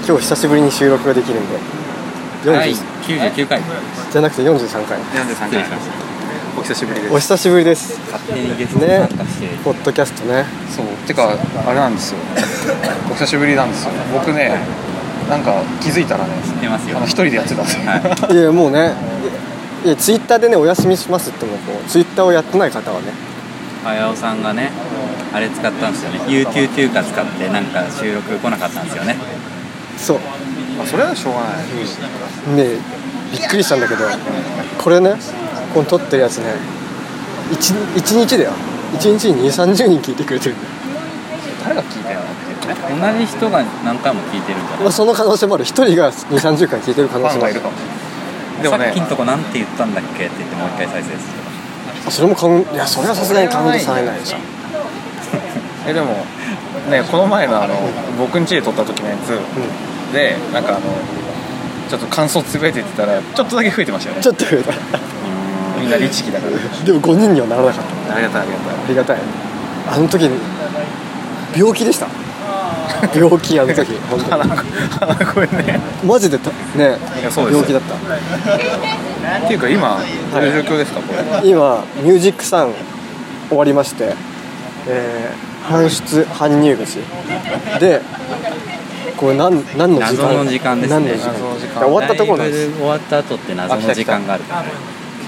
今日久しぶりに収録ができるんではい、99回じゃなくて43回 43回お久しぶりです。 お久しぶりです。 勝手にゲスト参加して、 ポッドキャストね。 そうてかあれなんですよお久しぶりなんですよ。僕ねなんか気づいたらね知ってますよ。 一人でやってたんですよ、 はいやもうねいやツイッターでねお休みしますってもこうツイッターをやってない方はね綾尾さんがねあれ使ったんですよね。有給休暇使ってなんか収録来なかったんですよね。 そうまあ、それはしょうがないねびっくりしたんだけどこれねこの撮ってるやつね 1日だよ。1日に 2,30 人聞いてくれてるんだよ。 誰が聞いたよっていうね同じ人が何回も聞いてるんじゃない。 その可能性もある。1人が 2,30 回聞いてる可能性もある。 ファンがいるかも。でもねさっきのとこなんて言ったんだっけって言ってもう一回再生する。 それもいやそれはさすがにカウントされないでしょ。 でもねこの前の僕ん家で撮った時のやつでなんかちょっと感想つぶやいてたらちょっとだけ増えてましたよね。 ちょっと増えた。 みんな律儀だからでも5人にはならなかった。 ありがたいありがたい。 ありがたい。あの時に病気でした。病気あの時本当に鼻声ねマジでねいやそうですよ病気だった。 っていうか今どういう状況ですかこれ。 今ミュージック3終わりまして、搬出搬入口でこれ何の時間謎の時間ですね。 何の時間謎の時間終わったところなんです。 ライブ終わった後って謎の時間があるからね。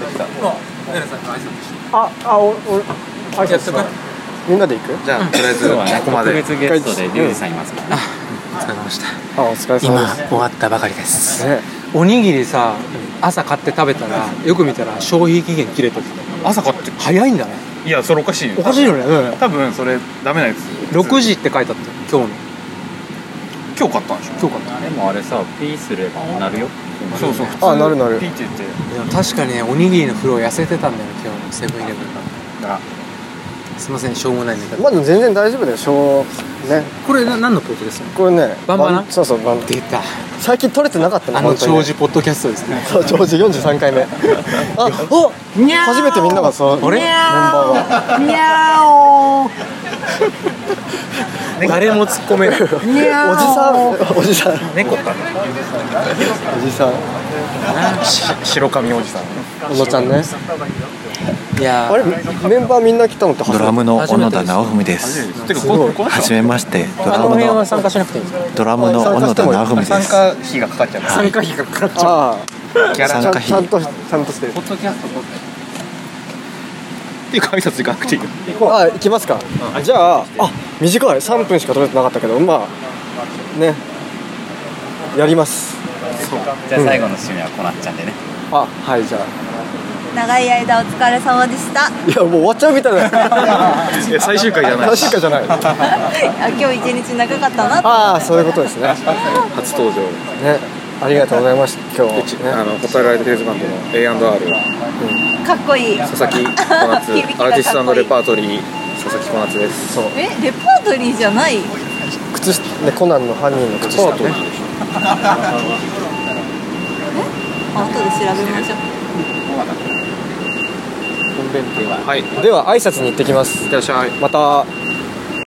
挨拶したみんなで行く。 じゃあとりあえず今日はねここまで特別ゲストでリュウジさんいますからね。 お疲れ様でした。 お疲れ様今です。 終わったばかりです。 ねおにぎりさ、朝買って食べたらよく見たら消費期限切れてて朝買って早いんだね。 いやそれおかしいよ。 おかしいよね。 多分それダメなやつ。 6時って書いてあった今日の。 今日買ったんでしょ。 今日買った。 でもあれさ、ピーすればなるよ。 そうそう普通あなるなるピーって言ってでも確かにねおにぎりのフロー痩せてたんだよ今日のセブンイレブンが。すいませんしょうもないネタ。 まあでも全然大丈夫だよ。ねこれ何のポートですか。 これねバンバナそうそうバン出た。 最近撮れてなかったねあの本当にね長寿ポッドキャストですね。 そう長寿43回目初めてみんながそうあれメンバーがにゃお誰も突っ込めない。 おじさん猫かおじさん白髪おじさん。 小野ちゃんね。 いやあれメンバーみんな来たのって初めて。 ドラムの小野田直文です。 てかすごいこのはじめまして。 あの辺は参加しなくていいんですか。 ドラムの小野田直文です。 参加費がかかっちゃうから参加費がかかっちゃう。 あギャラあ参加費ちゃんとしてる。 ポッドキャストっていうか挨拶行かなくていいよ。 あ行きますか。じゃあ短い3分しか撮れてなかったけどまあねやります。 じゃあ最後の締めはこなっちゃんでね。 はいじゃあ長い間お疲れ様でした。 いやもう終わっちゃうみたいな。 いや最終回じゃない。 最終回じゃない。 今日一日長かったなと。 ああそういうことですね。 初登場。 ねありがとうございました今日ね。 ホタルライトテイズバンドの A&R かっこいい。 佐々木小夏響きがアーティスかっこいいトレパートリー佐々木小夏です。 そうレパートリーじゃない。 靴下ねコナンの犯人の靴下ね。 後で調べましょう。 はい。 では挨拶に行ってきます。 いってらっしゃい。 また。